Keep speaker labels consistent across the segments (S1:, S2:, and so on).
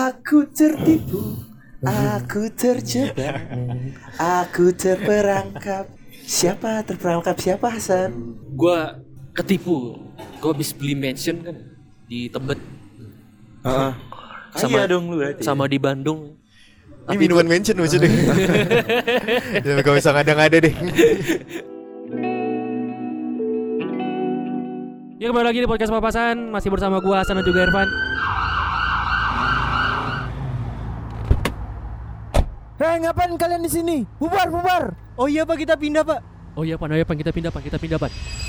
S1: Aku tertipu, aku terjebak, aku terperangkap. Siapa terperangkap, siapa Hasan?
S2: Gua ketipu. Gua habis beli mansion kan di Tebet.
S1: Sama dong lu berarti.
S2: Sama di Bandung.
S3: Ini minuman mention maksudnya. Ya kalau bisa ngada-ngada deh.
S4: Ya kembali lagi di podcast Papasan. Masih bersama gua Hasan dan juga Irfan.
S5: Hei, ngapain kalian di sini? Bubar, bubar.
S1: Oh iya Pak, kita pindah Pak.
S4: Oh iya Pan, kita pindah Pan.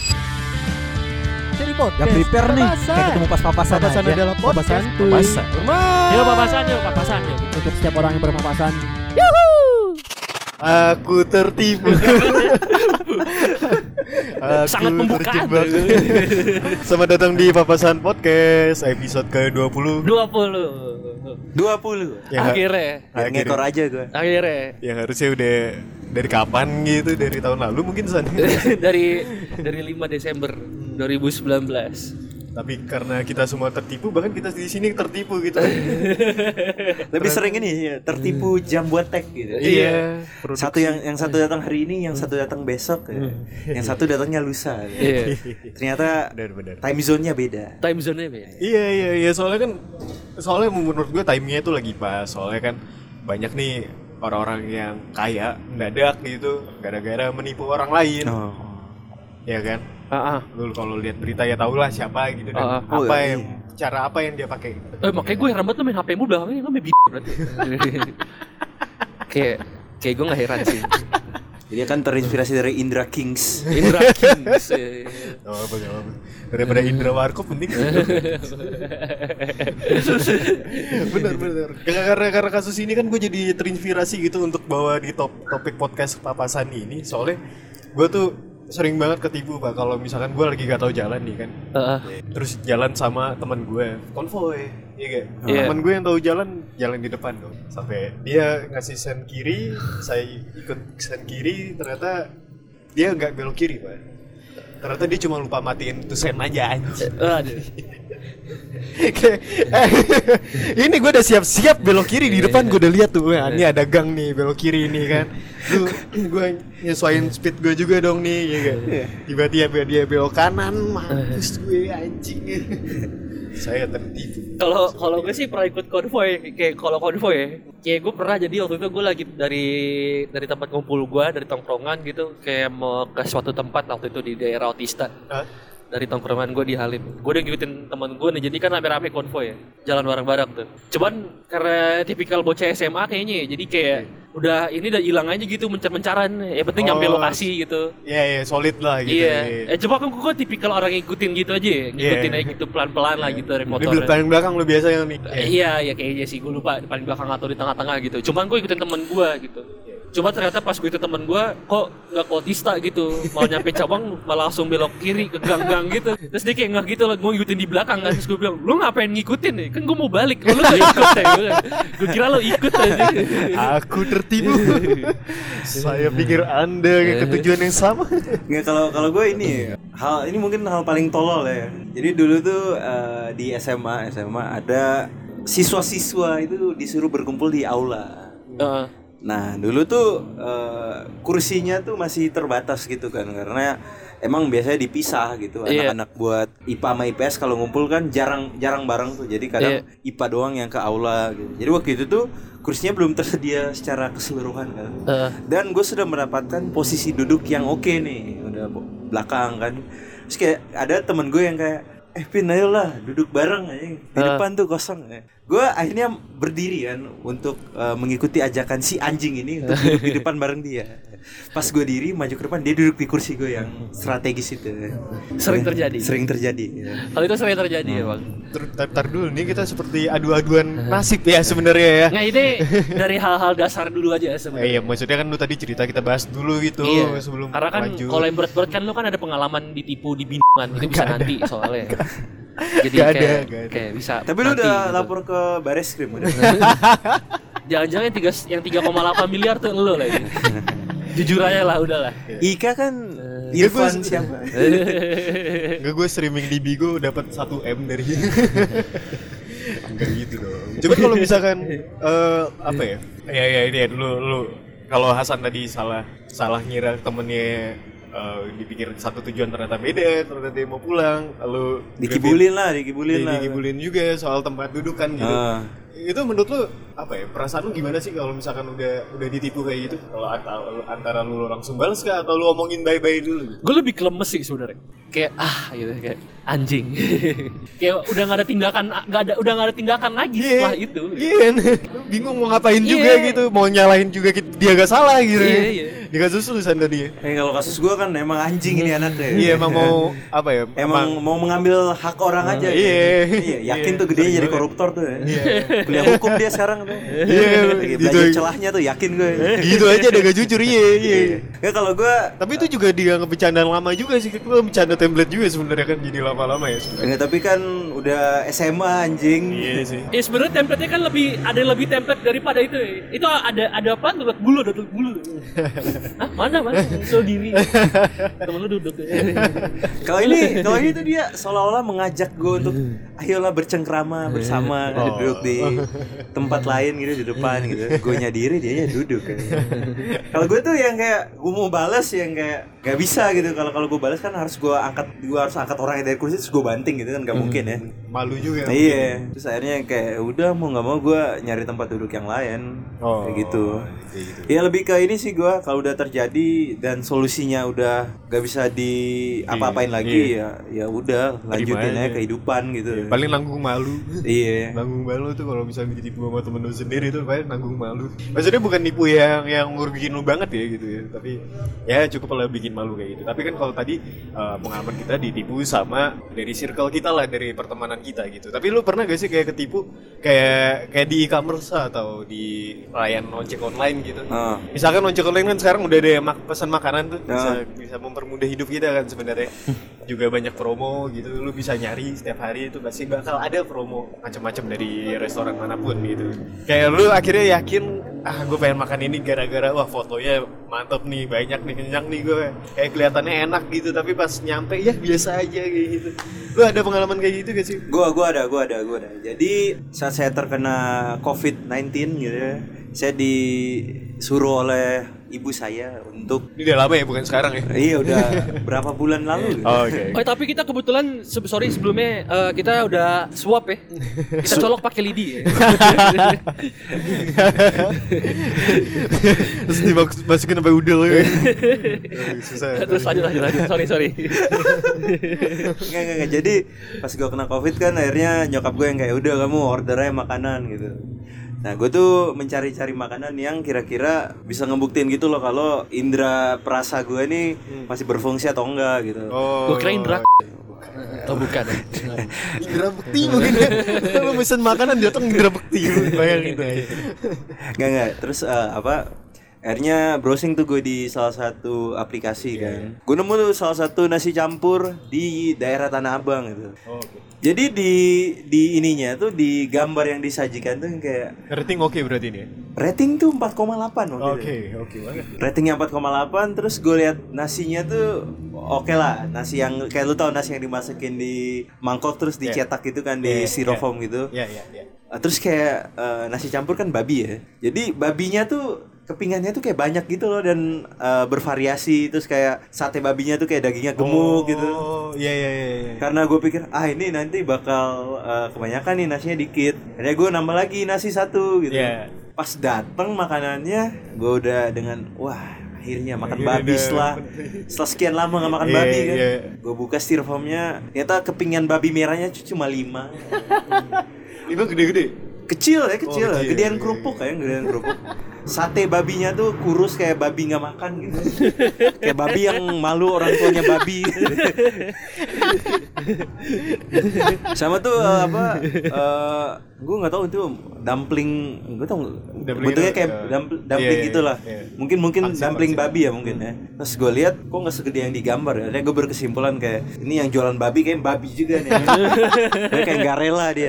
S5: Jadi podcast.
S1: Gak prepare nih.
S5: Papasan.
S1: Kayak ketemu pas papasan
S5: Papasan
S1: aja.
S5: adalah
S4: Papasan
S5: podcast.
S4: tuh.
S1: Papasan.
S4: Yuk Papasan.
S5: Untuk setiap orang yang berpapasan.
S3: Aku tertipu. Aku
S2: Sangat membuka.
S3: terjebak. Selamat datang di Papasan Podcast episode ke-20.
S1: 20.
S2: Akhirnya.
S1: Ngekor aja gue.
S2: Akhirnya.
S3: Yang harusnya udah dari kapan gitu, dari tahun lalu mungkin San.
S2: dari 5 Desember 2019.
S3: Tapi karena kita semua tertipu, bahkan kita di sini tertipu gitu.
S1: Lebih sering ini ya, tertipu jam buat tag gitu.
S3: Iya.
S1: Satu yang satu datang hari ini, yang satu datang besok ya. Yang satu datangnya lusa.
S2: Iya.
S1: Ternyata
S3: Benar.
S1: time zone-nya beda.
S2: Time zone-nya beda.
S3: Iya, soalnya menurut gue timingnya tuh lagi pas. Soalnya kan banyak nih orang-orang yang kaya mendadak gitu gara-gara menipu orang lain. Ya kan? Lu kalau lihat berita ya tau lah siapa gitu dan cara apa yang dia pakai.
S2: Makanya gue heran banget lu main HP mu belakangnya lu main berarti. kayak gue gak heran sih.
S1: Jadi kan terinspirasi dari Indra Kings.
S2: Indra Kings.
S3: Gak apa. Daripada Indra Warkop penting. Bener. Karena kasus ini kan gue jadi terinspirasi gitu untuk bawa di topik podcast Papasan ini. Soalnya gue tuh sering banget ketipu Pak kalau misalkan gue lagi gak tahu jalan nih kan. Terus jalan sama teman gue konvoy. Iya kayak teman gue yang tahu jalan di depan dong. Sampai dia ngasih sen kiri, saya ikut sen kiri, ternyata dia nggak belok kiri Pak. Ternyata dia cuma lupa matiin tuh sen aja anjir. Ini gue udah siap-siap belok kiri di depan, gue udah lihat tuh, ini ada gang nih belok kiri nih kan. Gue nyesuaiin speed gue juga dong nih, ya kan. Tiba-tiba dia belok kanan, mampus gue anjing. Saya tertipu.
S2: Kalau gue sih pernah ikut konvoy, kayak gue pernah jadi waktu itu gue lagi dari tempat ngumpul gue, dari tongkrongan gitu, kayak mau ke suatu tempat waktu itu di daerah Otista. Dari tongkrongan gue di Halim, gue udah ngikutin teman gue nih, jadi kan rame-rame konvoy ya, jalan bareng-bareng tuh. Cuman karena tipikal bocah SMA kayaknya, jadi kayak udah hilang aja gitu mencar-mencaran, ya penting nyampe lokasi gitu.
S3: Iya, solid lah gitu.
S2: Iya. Coba kan gue tipikal orang ngikutin gitu aja, ngikutin aja gitu pelan-pelan lah gitu dari motor.
S3: Di paling belakang lu biasa yang nih.
S2: Iya kayaknya sih, gue lupa di paling belakang atau di tengah-tengah gitu. Cuman gue ikutin temen gue gitu. Cuma ternyata pas gue itu temen gue kok nggak ke Otista gitu, mau nyampe cabang malah langsung belok kiri ke gang-gang gitu. Terus dia kayak nggak gitu lah, gue ngikutin di belakang kan. Terus gue bilang, lu ngapain ngikutin nih? Kan gue mau balik, lu nggak ikut ya? Gue kira lu ikut aja.
S3: Aku tertipu. Saya pikir Anda ke tujuan yang sama.
S1: Nggak, kalau gue ini mungkin hal paling tolol ya. Jadi dulu tuh di SMA ada siswa-siswa itu disuruh berkumpul di aula. Nah dulu tuh kursinya tuh masih terbatas gitu kan, karena emang biasanya dipisah gitu. Anak-anak buat IPA sama IPS kalau ngumpul kan jarang bareng tuh. Jadi kadang IPA doang yang ke aula gitu. Jadi waktu itu tuh kursinya belum tersedia secara keseluruhan kan. Dan gue sudah mendapatkan posisi duduk yang oke nih, udah belakang kan. Terus kayak ada temen gue yang kayak Pin ayo lah duduk bareng aja di depan tuh kosong. Gue akhirnya berdiri kan untuk mengikuti ajakan si anjing ini untuk duduk di depan bareng dia. Pas gue diri maju ke depan, dia duduk di kursi gue yang strategis itu.
S2: Sering terjadi.
S1: Ya.
S2: Kalau itu sering terjadi ya bang.
S3: Tar dulu nih, kita seperti adu-aduan nasib ya sebenarnya ya.
S2: Nah ini dari hal-hal dasar dulu aja sebenarnya.
S3: Iya, maksudnya kan lu tadi cerita kita bahas dulu gitu sebelum
S2: karena kan
S3: lanjut.
S2: Kalau yang berat-berat kan lu kan ada pengalaman ditipu di bindungan, itu bisa nanti soalnya. Jadi
S3: gak ada.
S2: Kayak bisa.
S1: Tapi lu udah lapor ke Bareskrim udah.
S2: Jangan-jangan yang 3,8 miliar tuh lu lah ini. Jujur aja lah, udahlah.
S1: Ika kan Irfan siapa?
S3: Enggak, gue streaming di Bigo dapat 1 M dari. Enggak gitu dong. Coba kalau misalkan apa ya? Ya ini lu kalau Hasan tadi salah ngira temennya dipikir satu tujuan ternyata beda, ternyata dia mau pulang, lalu dikibulin juga soal tempat duduk kan gitu. Itu menurut lu apa ya? Perasaan lu gimana sih kalau misalkan udah ditipu kayak gitu? Kalau antara lu langsung balas kah atau lu omongin bye-bye dulu gitu?
S2: Gue lebih ke lemes sih sebenarnya. Kayak gitu kayak anjing. Kayak udah enggak ada tindakan lagi setelah itu.
S3: Iya. Bingung mau ngapain juga gitu, mau nyalahin juga dia gak salah gitu.
S2: Iya.
S3: Di kasus lu San tadi.
S1: Kalau kasus gua kan emang anjing ini anaknya.
S3: Iya, emang mau apa ya?
S1: Emang mau mengambil hak orang aja. Iya, yakin tuh gedenya jadi koruptor tuh ya. Iya. Kuliah hukum dia sekarang tuh.
S3: Iya,
S1: belajar celahnya tuh yakin gue.
S3: Gitu aja udah gak jujur, iya.
S1: Ya kalau gua
S3: tapi itu juga dianggap bercandaan lama juga sih. Itu bercanda template juga sebenarnya kan jadi lama-lama ya sebenarnya.
S1: Enggak, tapi kan udah SMA anjing.
S3: Iya sih.
S2: Ya sebenarnya template-nya kan ada yang lebih template daripada itu. Itu ada apa? Template bulu. Hah, mana? So diri. Temen lu duduk.
S1: Kalau ini tuh dia seolah-olah mengajak gue untuk ayolah bercengkrama bersama duduk di tempat lain gitu di depan gitu. Gue nyadiri dia duduk kan. Kalau gue tuh yang kayak gue mau balas yang kayak gak bisa gitu. Kalau gue balas kan harus gue harus angkat orangnya dari kursi terus gue banting gitu kan gak mungkin ya.
S3: Malu juga.
S1: Iya. Terus akhirnya kayak udah mau nggak mau gue nyari tempat duduk yang lain. Kayak gitu. Ya lebih ke ini sih gue kalau udah terjadi dan solusinya udah gak bisa apa-apain lagi ya udah lanjutin aja kehidupan gitu.
S3: Iya, paling nanggung malu.
S1: Iya.
S3: Nanggung malu tuh kalau misalnya ditipu sama temen lu sendiri tuh paling nanggung malu. Maksudnya bukan nipu yang ngerugiin lu banget ya gitu ya, tapi ya cukup lah bikin malu kayak gitu. Tapi kan kalau tadi pengalaman kita ditipu sama dari circle kita lah, dari pertemanan kita gitu. Tapi lu pernah gak sih kayak ketipu kayak di e-commerce atau di layanan ojek online gitu? Misalkan ojek online kan sekarang udah ada yang pesan makanan tuh, bisa mempermudah hidup kita kan sebenarnya. Juga banyak promo gitu, lu bisa nyari setiap hari itu pasti bakal ada promo macam-macam dari restoran manapun gitu. Kayak lu akhirnya yakin, gue pengen makan ini gara-gara wah fotonya mantap nih, banyak nih, kenyang nih gue. Kayak kelihatannya enak gitu, tapi pas nyampe ya biasa aja kayak gitu. Lu ada pengalaman kayak gitu gak sih?
S1: Gua ada. Jadi saat saya terkena COVID-19 gitu ya, saya disuruh oleh ibu saya untuk
S3: ini udah lama ya, bukan sekarang ya?
S1: Iya udah berapa bulan lalu gitu.
S3: Oke.
S2: Tapi kita kebetulan sebelumnya kita udah swab ya. Kita colok pakai lidi ya.
S3: Terus dimasukin sampai udel ya. Susah.
S2: Terus lanjut. Sorry.
S1: Enggak. Jadi pas gue kena COVID kan akhirnya nyokap gue yang kayak udah kamu order aja makanan gitu. Nah gue tuh mencari-cari makanan yang kira-kira bisa ngebuktiin gitu loh kalau indera perasa gue nih masih berfungsi atau enggak gitu.
S2: Gue kira indra. Oh bukan.
S3: Indra bekti mungkin. Kalau pesen makanan datang indra bekti, bayangin itu aja.
S1: Enggak. Terus akhirnya browsing tuh gue di salah satu aplikasi kan. Gue nemu tuh salah satu nasi campur di daerah Tanah Abang gitu. Jadi di ininya tuh di gambar yang disajikan tuh kayak
S3: rating oke berarti ini.
S1: Rating tuh 4,8 waktu itu.
S3: Oke banget.
S1: Ratingnya 4,8, terus gue lihat nasinya tuh oke lah. Nasi yang kayak lu tau nasi yang dimasakin di mangkok terus dicetak gitu kan di styrofoam gitu.
S3: Iya.
S1: Terus kayak nasi campur kan babi ya. Jadi babinya tuh kepingannya tuh kayak banyak gitu loh dan bervariasi. Terus kayak sate babinya tuh kayak dagingnya gemuk gitu.
S3: Iya.
S1: Karena gue pikir ini nanti bakal kebanyakan nih nasinya dikit. Akhirnya gue nambah lagi nasi satu gitu. Pas dateng makanannya gue udah dengan akhirnya makan babi setelah sekian lama gak makan babi kan. Gue buka styrofoamnya, ternyata kepingan babi merahnya cuma 5.
S3: 5 gede-gede?
S1: Kecil. Gedean kerupuk. Sate babinya tuh kurus kayak babi nggak makan gitu. Kayak babi yang malu orang tuanya babi. Sama tuh gue nggak tahu itu dumpling, gue tau bentuknya kayak dumpling gitulah. Mungkin dumpling babi ya mungkin ya. Terus gue lihat kok nggak segede yang digambar ya. Gue berkesimpulan kayak ini yang jualan babi kayak babi juga nih. Dia kayak nggak rela dia.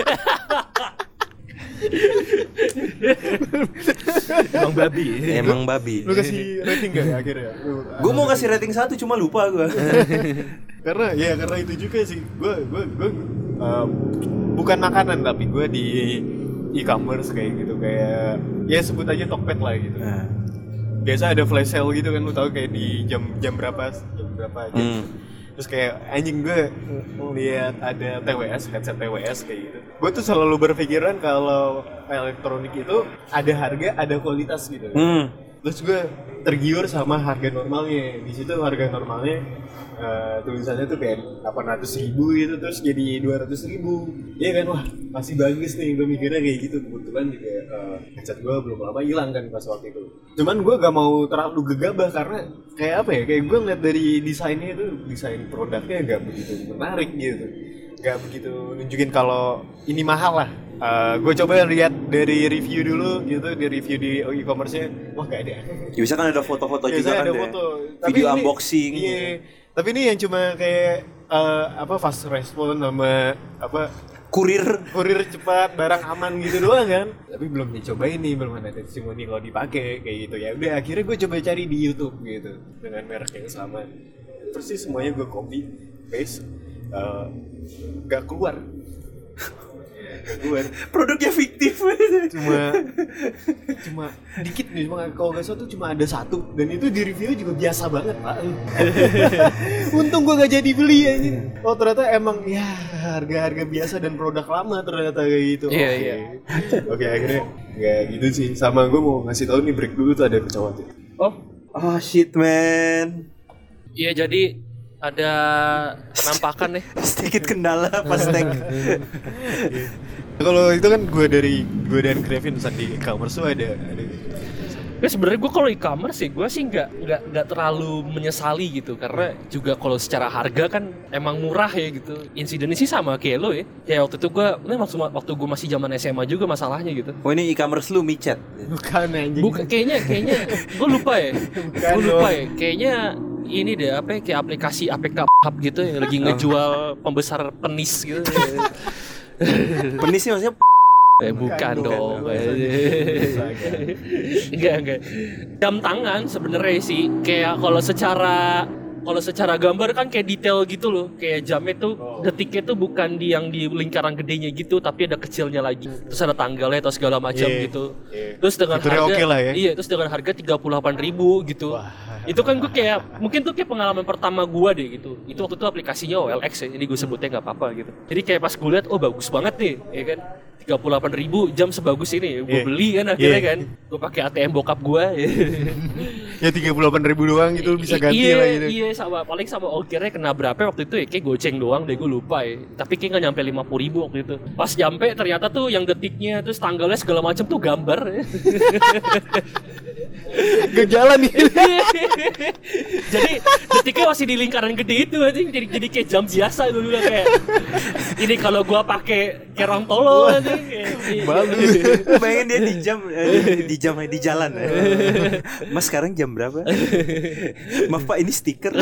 S1: Emang babi.
S3: Lu kasih rating gak akhirnya?
S1: Gue mau kasih rating 1 cuma lupa gue.
S3: karena itu juga sih. Gue bukan makanan tapi gue e-commerce kayak gitu, kayak ya sebut aja Tokped lah gitu. Biasa ada flash sale gitu kan, lu tahu kayak di jam berapa aja. Terus kayak anjing gue lihat ada headset TWS kayak gitu. Gue tuh selalu berpikiran kalau elektronik itu ada harga, ada kualitas gitu. Terus gue tergiur sama harga normalnya. Di situ harga normalnya tulisannya tuh kayak 800.000 gitu, terus jadi 200.000. Iya kan, wah masih bagus nih, gue mikirnya kayak gitu. Kebetulan juga headset gue belum lama hilang kan pas waktu itu. Cuman gue gak mau terlalu gegabah karena kayak apa ya, kayak gue ngeliat dari desainnya itu, desain produknya gak begitu menarik gitu, gak begitu nunjukin kalau ini mahal lah. Gue coba lihat dari review dulu gitu, di review di e-commerce-nya, wah gak ada.
S1: Ya, bisa kan ada foto-foto juga kan
S3: ada
S1: deh.
S3: foto.
S1: Video
S3: Tapi
S1: unboxing.
S3: Iya. Tapi ini yang cuma kayak fast response sama kurir cepat, barang aman gitu doang kan. Tapi belum dicobain nih, belum ada testimoni kalau dipakai kayak gitu. Ya udah akhirnya gue coba cari di YouTube gitu dengan merek yang sama. Persis semuanya gue copy paste, gak keluar.
S1: Produknya fiktif.
S3: cuma dikit nih, kalau nggak salah tuh cuma ada satu, dan itu di review juga biasa banget Pak. Untung gue gak jadi beli aja. Oh ternyata emang ya harga biasa dan produk lama ternyata kayak gitu.
S2: Iya.
S3: Oke, akhirnya nggak gitu sih. Sama gue mau ngasih tahu nih, break dulu tuh ada pesawat ya.
S1: Oh shit man.
S2: Iya, jadi ada penampakan nih.
S1: Sedikit kendala pas tank.
S3: Kalau itu kan gue dan Kevin di e-commerce tuh ada.
S2: Ya sebenarnya gue kalau e-commerce sih, gue sih nggak terlalu menyesali gitu, karena juga kalau secara harga kan emang murah ya gitu. Insidennya sih sama kayak lo ya. Kayak waktu itu waktu gue masih zaman SMA juga masalahnya gitu.
S1: Oh ini e-commerce lu micet?
S3: Bukan anjing.
S2: Bukan, kayaknya gue lupa ya. Kayaknya ini deh kayak aplikasi APK Hub gitu yang lagi ngejual pembesar penis gitu.
S1: Penis sih maksudnya
S2: bukan dong. Enggak. Jam tangan sebenarnya sih, kayak kalau secara gambar kan kayak detail gitu loh. Kayak jamnya tuh detiknya tuh bukan yang di lingkaran gedenya gitu, tapi ada kecilnya lagi. Terus ada tanggalnya atau segala macam gitu. Terus dengan harga iya, terus dengan harga 38.000 gitu. Itu kan gue kayak mungkin tuh kayak pengalaman pertama gue deh gitu. Itu waktu itu aplikasinya OLX ya, jadi gue sebutnya nggak apa-apa gitu. Jadi kayak pas gue lihat, oh bagus banget nih, ya kan. 38.000 jam sebagus ini, gue beli kan akhirnya kan. Gue pakai ATM bokap gue.
S3: Ya 38.000 doang gitu bisa ganti lah gitu.
S2: Iya, paling sama ongkirnya kena berapa waktu itu ya, kayak goceng doang deh, gue lupa ya. Tapi kayak nggak nyampe 50.000 waktu itu. Pas nyampe ternyata tuh yang detiknya terus tanggalnya segala macam tuh gambar.
S3: Gak jalan nih.
S2: Jadi detiknya masih di lingkaran gede itu anjing, jadi kayak jam biasa dulu kayak. Ini kalau gua pakai kerong tolol anjing.
S3: Bagus.
S1: Bayangin dia di jalan. Mas sekarang jam berapa? Maaf Pak, ini stiker.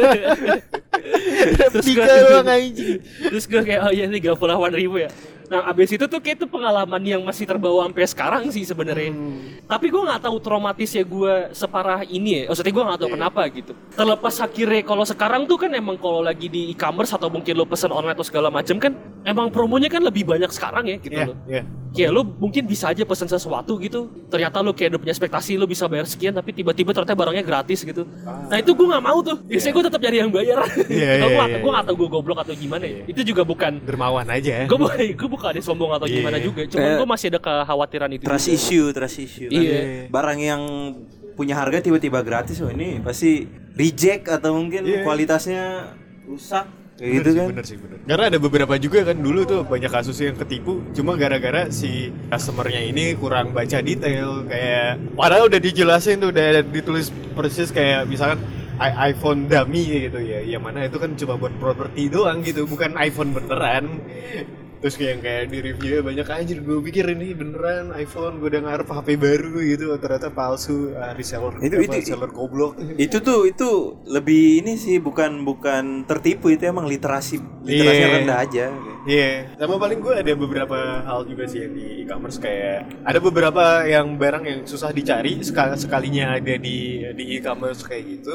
S2: Terus gue kayak oh iya 38.000 ya. Nah abis itu tuh kayak itu pengalaman yang masih terbawa sampai sekarang sih sebenarnya. Tapi gue nggak tahu traumatisnya gue separah ini ya. Maksudnya gue nggak tahu kenapa gitu. Terlepas akhirnya kalau sekarang tuh kan emang kalau lagi di e-commerce atau mungkin lo pesan online atau segala macam kan emang promonya kan lebih banyak sekarang ya gitu loh. Kayak lo mungkin bisa aja pesan sesuatu gitu. Ternyata lo kayak udah punya ekspektasi lo bisa bayar sekian, tapi tiba-tiba ternyata barangnya gratis gitu. Nah itu gue nggak mau tuh. Biasanya gue tetap nyari yang bayar. Gue nggak tahu gue goblok atau gimana ya. Itu juga bukan
S3: dermawan aja.
S2: Gue bukan ada sombong atau gimana juga. Cuman gue masih ada kekhawatiran itu.
S1: Trust issue.
S2: Iya.
S1: Barang yang punya harga tiba-tiba gratis, oh ini pasti reject atau mungkin kualitasnya rusak. Kayak gitu kan.
S3: Bener sih. Karena ada beberapa juga kan dulu tuh banyak kasus yang ketipu cuma gara-gara si customernya ini kurang baca detail, kayak padahal udah dijelasin tuh, udah ditulis persis kayak misalkan iPhone dummy gitu ya, yang mana itu kan cuma buat properti doang gitu, bukan iPhone beneran. Terus kayak di reviewnya banyak, anjir gue pikir ini beneran iPhone, gue udah ngarep HP baru gitu, ternyata palsu, reseller seller goblok.
S1: Itu lebih ini sih, bukan tertipu, itu emang literasinya rendah aja.
S3: Iya. Sama paling gue ada beberapa hal juga sih yang di e-commerce, kayak ada beberapa yang barang yang susah dicari sekalinya ada di e-commerce kayak gitu.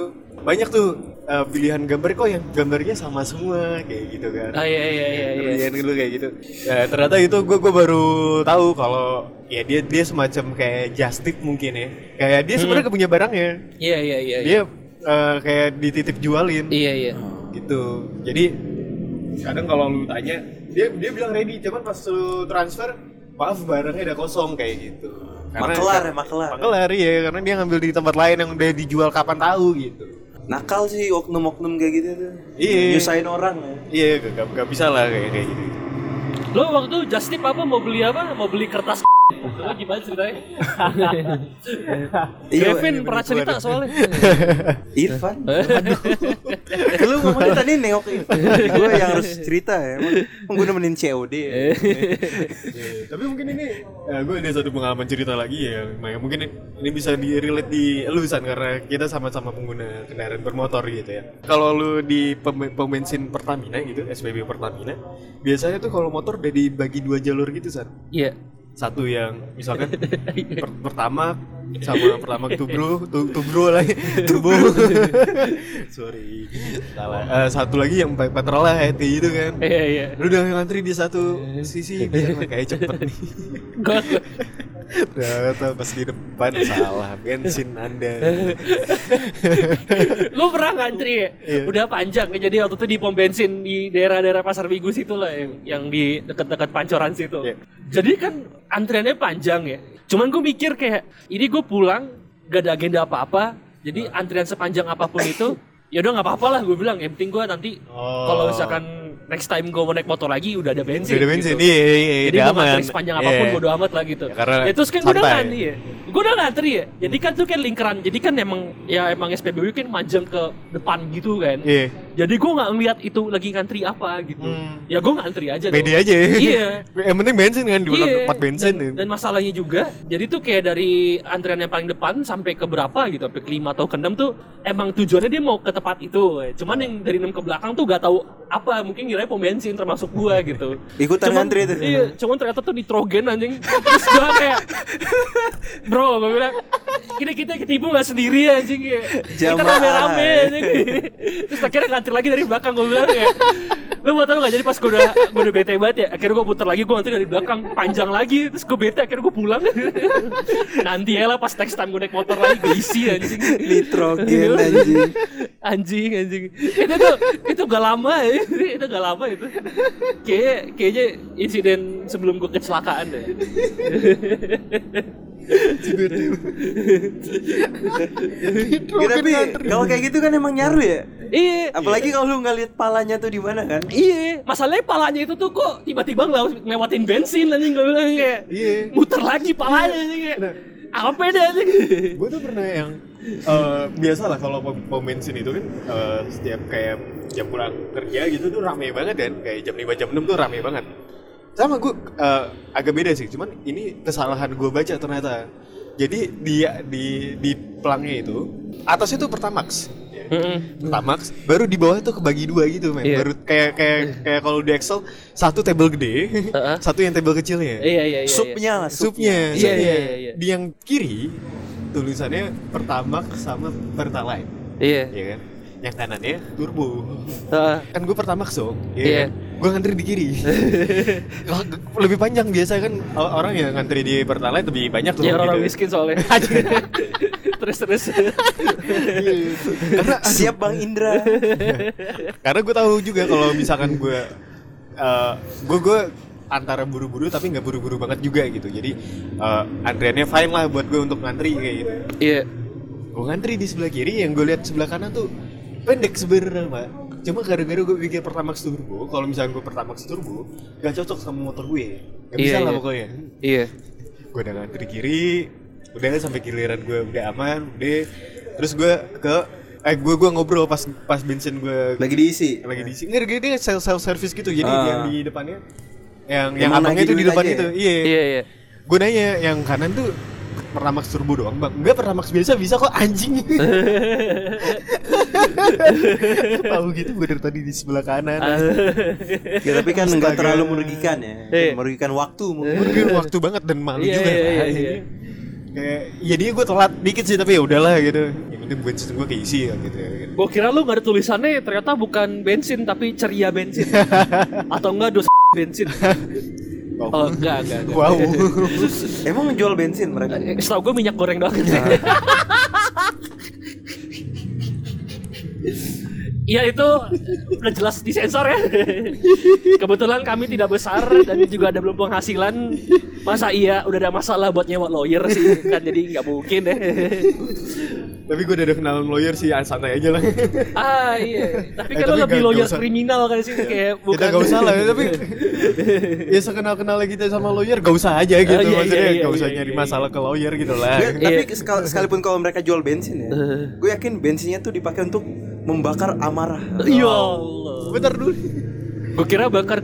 S3: banyak tuh pilihan gambar kok yang gambarnya sama semua kayak gitu kan.
S2: Iya.
S3: Pilihan dulu kayak gitu. Ya, ternyata itu gue baru tahu kalau ya dia semacam kayak just tip mungkin ya. Kayak dia sebenarnya punya barangnya.
S2: Iya.
S3: Dia kayak dititip jualin.
S2: Iya.
S3: Gitu. Jadi kadang kalau lu tanya dia bilang ready, cuman pas lu transfer maaf barangnya udah kosong kayak gitu. Makelar ya, karena dia ngambil di tempat lain yang udah dijual kapan tahu gitu.
S1: Nakal sih oknum-oknum kayak gitu tuh.
S3: Iya.
S1: Nyusahin orang ya.
S3: Iya, gak bisa lah kayak gitu.
S2: Lo waktu just tip apa? Mau beli apa? Mau beli kertas. Lo gimana ceritanya? Kevin pernah cerita soalnya.
S1: Irfan. Lu ngomongnya tadi nengok gue yang harus cerita ya. Emang gue nemenin COD ya.
S3: Tapi mungkin ini gue ada satu pengalaman cerita lagi ya. Mungkin ini bisa di-relate di lu San, karena kita sama-sama pengguna kendaraan bermotor gitu ya. Kalau lu di pom bensin Pertamina gitu, SPB Pertamina, biasanya tuh kalau motor udah dibagi 2 jalur gitu San.
S2: Iya.
S3: Satu yang misalkan pertama sama pertama tubro lagi turbo sorry salah, satu lagi yang petrol lah kayak gitu kan.
S2: Iya.
S3: Lu udah ngantri di satu sisi bisa kayak cepet nih. Ternyata pas di depan salah bensin Anda.
S2: Lu pernah ngantri ya? Iya. Udah panjang ya, jadi waktu itu di pom bensin di daerah-daerah Pasar Minggu situ lah yang di dekat-dekat Pancoran situ. Iya. Jadi kan antriannya panjang ya. Cuman gue mikir kayak ini gue pulang gak ada agenda apa-apa. Jadi antrian sepanjang apapun itu ya udah nggak apa-apa lah gue bilang. Yang penting gue nanti kalau misalkan next time gue mau naik motor lagi udah ada bensin. Udah ada bensin,
S3: gitu. Iya.
S2: Jadi gue ngantri sepanjang apapun bodo amat lah gitu. Ya, terus kan gue udah ngantri ya. Gue udah ngantri ya. Jadi kan tuh kan lingkaran. Jadi kan emang SPBU kan manjang ke depan gitu kan. Iya. Jadi gue nggak ngeliat itu lagi ngantri apa gitu. Ya gue ngantri aja.
S3: Pede aja. Iya. Yang penting bensin kan di tempat bensin.
S2: Dan masalahnya juga, jadi tuh kayak dari antrian yang paling depan sampai ke berapa gitu, sampai ke 5 atau ke 6 tuh emang tujuannya dia mau ke tempat itu. Cuman yang dari 6 ke belakang tuh gak tahu apa, mungkin ngira pom bensin termasuk gua gitu.
S1: Ikutan ngantri itu.
S2: Iya, cuman ternyata tuh nitrogen anjing. Terus gua kayak bro, gua bilang kita ketipu gak sendiri anjing ya. Kita rame-rame anjing. Terus akhirnya ngantri lagi dari belakang, gua bilang kayak lu mau tau gak, jadi pas gua udah bete banget ya, akhirnya gua putar lagi, gua ngantri dari belakang panjang lagi, terus gua bete, akhirnya gua pulang. Nanti ya lah pas next time gua naik motor lagi gua isi anjing.
S1: Nitrogen
S2: anjing. Itu gak lama ya. Itu gak lama itu. Kayaknya insiden sebelum gue kecelakaan deh.
S1: Tapi kalau kayak gitu kan emang nyaru ya.
S2: Iya.
S1: Apalagi kalau lu nggak lihat palanya tuh di mana kan.
S2: Iya. Masalahnya palanya itu tuh kok tiba-tiba ngelewatin bensin anjing, gue bilang kayak. Iya. Muter lagi palanya anjing kayak. Apa dah anjing?
S3: Gue tuh pernah yang biasalah kalau pom bensin itu kan setiap kayak jam pulang kerja gitu tuh rame banget kan, kayak jam 5 jam 6 tuh rame banget. Sama gue agak beda sih, cuman ini kesalahan gue baca ternyata. Jadi dia di pelangnya itu atasnya tuh Pertamax. Pertamax, baru di bawah tuh kebagi 2 gitu men. Yeah. Baru kayak kalau di Excel satu tabel gede, satu yang tabel kecilnya.
S2: Iya.
S3: Supnya. Iya. Di yang kiri tulisannya Pertamax sama Pertalite.
S2: Iya
S3: kan? Yang kanannya turbo. Kan gue Pertamax dong.
S2: Iya.
S3: Gue ngantri di kiri. Lebih panjang biasa kan orang yang ngantri di Pertalite lebih banyak tuh.
S2: Ya orang miskin soalnya. Terus.
S1: Karena siap Bang Indra.
S3: Karena gue tahu juga kalau misalkan gue antara buru-buru tapi nggak buru-buru banget juga gitu. Jadi antriannya fine lah buat gue untuk ngantri kayak gitu.
S2: Iya.
S3: Gue ngantri di sebelah kiri, yang gue lihat sebelah kanan tuh pendek sebenarnya Pak. Cuma gara-gara gue pikir Pertamax turbo, kalau misalnya gue Pertamax turbo gak cocok sama motor gue. Gak bisa lah pokoknya.
S2: Iya.
S3: Gue udah ngantri kiri, udah sampai giliran gue udah aman, udah. Terus gue gue ngobrol pas bensin gue
S1: lagi diisi.
S3: Enggak, dia self service gitu. Jadi yang di depannya yang abangnya itu di depan itu.
S2: Iya.
S3: Gue nanya yang kanan tuh Pertamax turbo doang Bang? Enggak, Pertamax biasa bisa kok anjing. Tahu gitu gue dari tadi di sebelah kanan.
S1: Ya tapi kan enggak terlalu merugikan ya. Merugikan waktu mungkin.
S3: Merugikan waktu banget dan malu juga. Iya. Kayak ya dia gue telat dikit sih tapi ya udahlah gitu. penting bensin gue keisi ya gitu ya.
S2: Gue kira lu nggak ada tulisannya, ternyata bukan bensin tapi ceria bensin atau enggak dos bensin. Oh enggak.
S3: Wow.
S1: Emang jual bensin mereka?
S2: Setahu gue minyak goreng doang. Iya itu udah jelas disensor ya. Kebetulan kami tidak besar dan juga ada belum penghasilan. Masa iya udah ada masalah buat nyewa lawyer sih kan, jadi nggak mungkin ya.
S3: Tapi gue udah ada kenalan lawyer sih, santai aja lah.
S2: Iya. Tapi kan lo lebih lawyer kriminal kan sih kayak bukan.
S3: Kita gak usah lah ya, tapi ya sekenal-kenalnya kita sama lawyer gak usah aja gitu. Maksudnya gak usah nyari masalah ke lawyer gitu lah.
S1: Tapi sekalipun kalau mereka jual bensin ya, gue yakin bensinnya tuh dipakai untuk membakar amarah.
S2: Ya Allah.
S3: Bentar dulu.
S2: Gue kira bakar.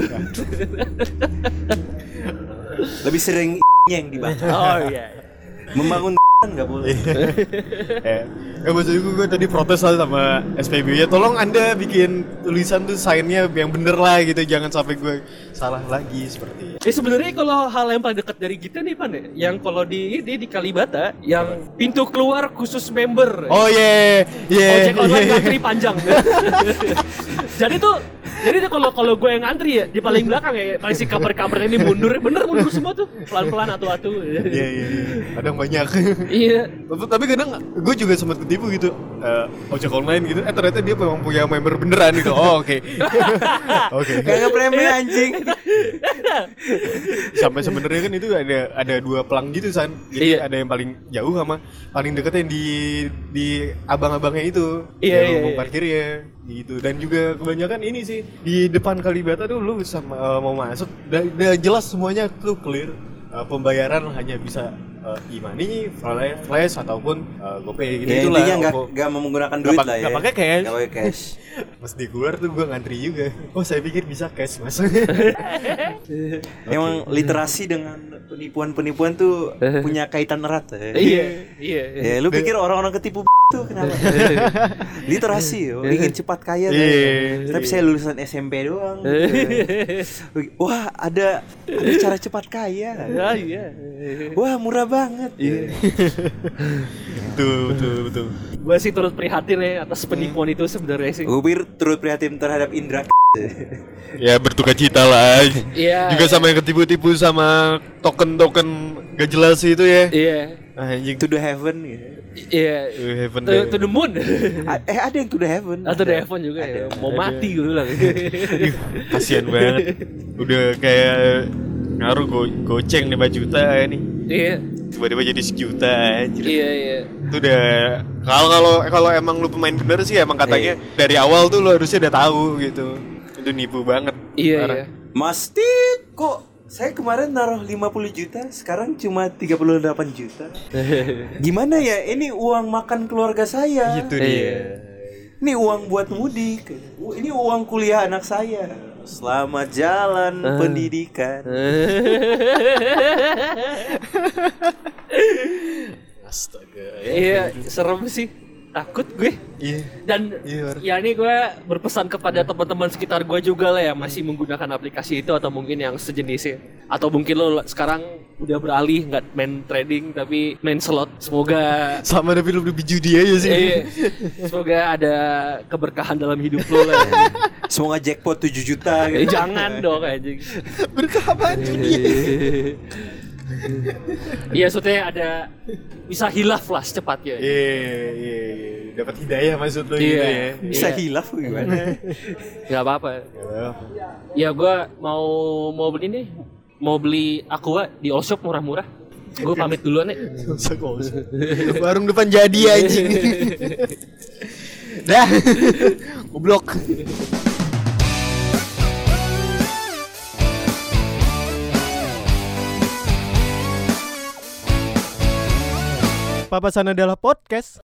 S1: Lebih sering yang dibakar.
S2: Oh iya.
S1: Membangun nggak boleh.
S3: Maksud gue tadi protes lah sama SPB ya, tolong anda bikin tulisan tuh sign-nya yang bener lah gitu, jangan sampai gue salah lagi seperti.
S2: Sebenarnya kalau hal yang paling dekat dari kita nih Pan ya, yang kalau di Kalibata yang pintu keluar khusus member.
S3: Oh iya.
S2: Ojek online ngantri panjang. Jadi tuh kalau gue yang ngantri ya di paling belakang ya, paling si kabar-kabar ini mundur mundur semua tuh, pelan-pelan atu-atu.
S3: Iya. Kadang banyak.
S2: Iya.
S3: Tapi kadang gue juga sempat ketipu gitu, ojek online gitu. Ternyata dia memang punya member beneran gitu. Oh oke.
S1: Kayak nge-premi anjing.
S3: Sampai sebenarnya kan itu ada 2 pelang gitu San. Jadi ada yang paling jauh sama paling deket yang di abang-abangnya itu.
S2: Iya.
S3: Mau parkirnya gitu. Dan juga kebanyakan ini sih di depan Kalibata tuh lu sama mau masuk udah jelas semuanya tuh clear. Pembayaran hanya bisa e-money, flash ataupun GoPay gitu.
S1: Ya,
S3: itulah.
S1: intinya nggak menggunakan duit lah ya.
S3: Nggak pakai cash.
S1: Nggak pakai cash.
S3: Pas di keluar tuh gue ngantri juga. Oh saya pikir bisa cash mas.
S1: Emang literasi dengan penipuan tuh punya kaitan erat ya.
S2: Iya.
S1: Ya, lu pikir orang-orang ketipu tuh kenapa? Literasi, ingin cepat kaya. Tapi saya lulusan SMP doang. Wah, ada cara cepat kaya.
S2: Iya.
S1: Wah, murah banget.
S3: Betul.
S2: Gue sih turut prihatin ya atas penipuan itu sebenarnya sih.
S1: Gue pikir turut prihatin terhadap Indra.
S3: Ya berduka cita lah.
S2: Iya.
S3: Juga sama yang ketipu-tipu sama token-token gak jelas itu ya.
S2: Iya.
S3: Anjing.
S1: To the heaven gitu.
S2: Iya. To the moon.
S1: Ada yang to the heaven.
S2: Atau the heaven juga ya. Mau mati gue bilang.
S3: Kasian banget. Udah kayak ngaruh goceng 5 juta ya nih.
S2: Iya.
S3: Tiba-tiba jadi 1 juta anjir.
S2: Iya.
S3: Itu udah kalau emang lu pemain bener sih emang katanya dari awal tuh lu harusnya udah tahu gitu. Itu nipu banget.
S2: Iya.
S1: Mas kok saya kemarin naruh 50 juta, sekarang cuma 38 juta. Gimana ya? Ini uang makan keluarga saya.
S3: Gitu dia.
S1: Ini uang buat mudik. Ini uang kuliah anak saya. Selamat jalan pendidikan.
S3: Astaga.
S2: Iya, serem sih. Takut gue.
S3: Iya.
S2: Dan ya ini gue berpesan kepada teman-teman sekitar gue juga lah ya, masih menggunakan aplikasi itu atau mungkin yang sejenisnya. Atau mungkin lo sekarang udah beralih nggak main trading tapi main slot. Semoga
S3: sama tapi lu lebih judi aja sih.
S2: Semoga ada keberkahan dalam hidup lo lah.
S1: Semoga jackpot 7 juta gitu.
S2: Jangan dong anjing.
S3: Berkah apaan judi?
S2: Iya, maksudnya ada bisa hilaf lah secepatnya.
S3: Iya. Dapat hidayah maksud lo gitu ya.
S1: Bisa hilaf gimana?
S2: Gak apa-apa. Ya gue mau beli nih. Mau beli Aqua di All Shop murah-murah. Gue pamit duluan nih.
S3: Usah. Warung depan jadi anjing. Dah. Goblok. Papasan adalah podcast